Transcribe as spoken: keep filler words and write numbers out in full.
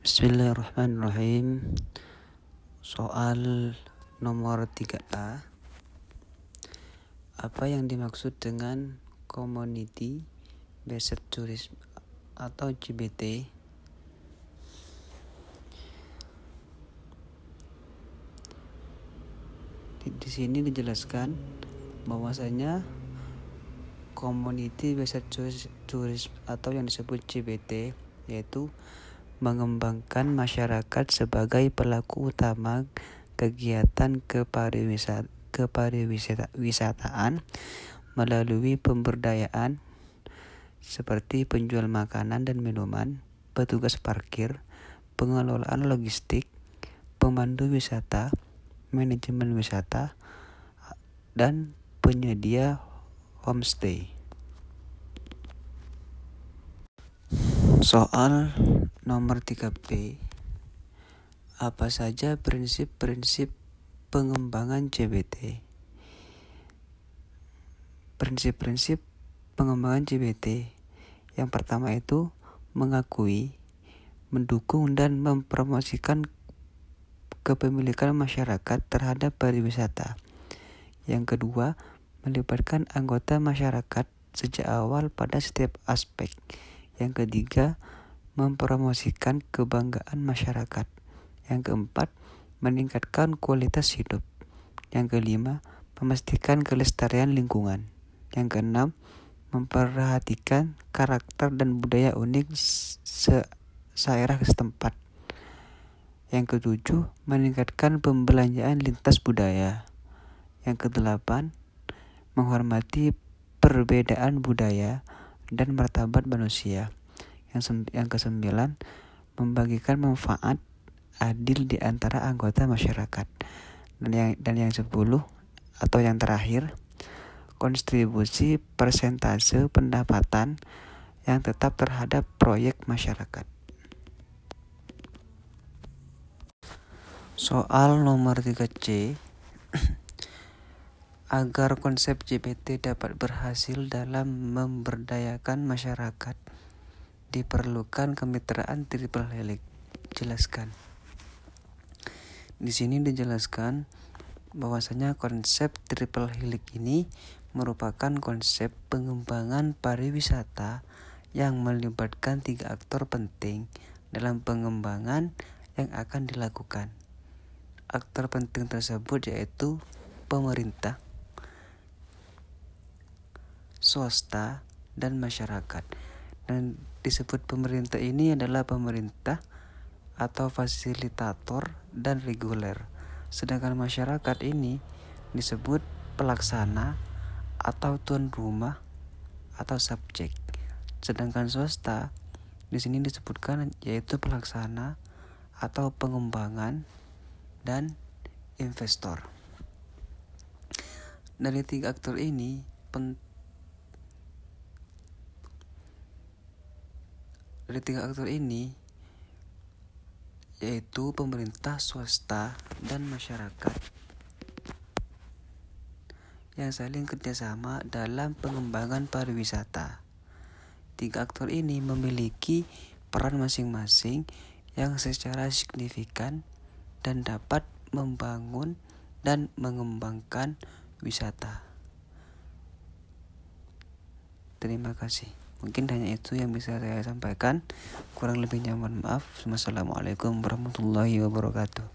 Bismillahirrahmanirrahim. Soal nomor tiga A. Apa yang dimaksud dengan Community Based Tourism atau C B T? Di, di sini dijelaskan bahwasanya Community Based Tourism atau yang disebut C B T yaitu mengembangkan masyarakat sebagai pelaku utama kegiatan kepariwisata, kepariwisataan melalui pemberdayaan seperti penjual makanan dan minuman, petugas parkir, pengelolaan logistik, pemandu wisata, manajemen wisata, dan penyedia homestay. Soal nomor tiga B. Apa saja prinsip-prinsip pengembangan C B T? Prinsip-prinsip pengembangan C B T yang pertama itu mengakui, mendukung dan mempromosikan kepemilikan masyarakat terhadap pariwisata. Yang kedua, melibatkan anggota masyarakat sejak awal pada setiap aspek. Yang ketiga, mempromosikan kebanggaan masyarakat. Yang keempat, meningkatkan kualitas hidup. Yang kelima, memastikan kelestarian lingkungan. Yang keenam, memperhatikan karakter dan budaya unik se- daerah setempat. Yang ketujuh, meningkatkan pembelanjaan lintas budaya. Yang kedelapan, menghormati perbedaan budaya dan martabat manusia. Yang, sem- yang kesembilan, membagikan manfaat adil di antara anggota masyarakat. Dan yang dan yang sepuluh atau yang terakhir, kontribusi persentase pendapatan yang tetap terhadap proyek masyarakat. Soal nomor tiga C. Agar konsep C B T dapat berhasil dalam memberdayakan masyarakat, diperlukan kemitraan triple helix. Jelaskan. Di sini dijelaskan bahwasanya konsep triple helix ini merupakan konsep pengembangan pariwisata yang melibatkan tiga aktor penting dalam pengembangan yang akan dilakukan. Aktor penting tersebut yaitu pemerintah, swasta, dan masyarakat. Dan disebut pemerintah ini adalah pemerintah atau fasilitator dan reguler. Sedangkan masyarakat ini disebut pelaksana atau tuan rumah atau subjek. Sedangkan swasta di sini disebutkan yaitu pelaksana atau pengembangan dan investor. Dari tiga aktor ini pen- Dari tiga aktor ini yaitu pemerintah, swasta, dan masyarakat yang saling kerjasama dalam pengembangan pariwisata. Tiga aktor ini memiliki peran masing-masing yang secara signifikan dan dapat membangun dan mengembangkan wisata. Terima kasih. Mungkin hanya itu yang bisa saya sampaikan. Kurang lebihnya mohon maaf. Wassalamualaikum warahmatullahi wabarakatuh.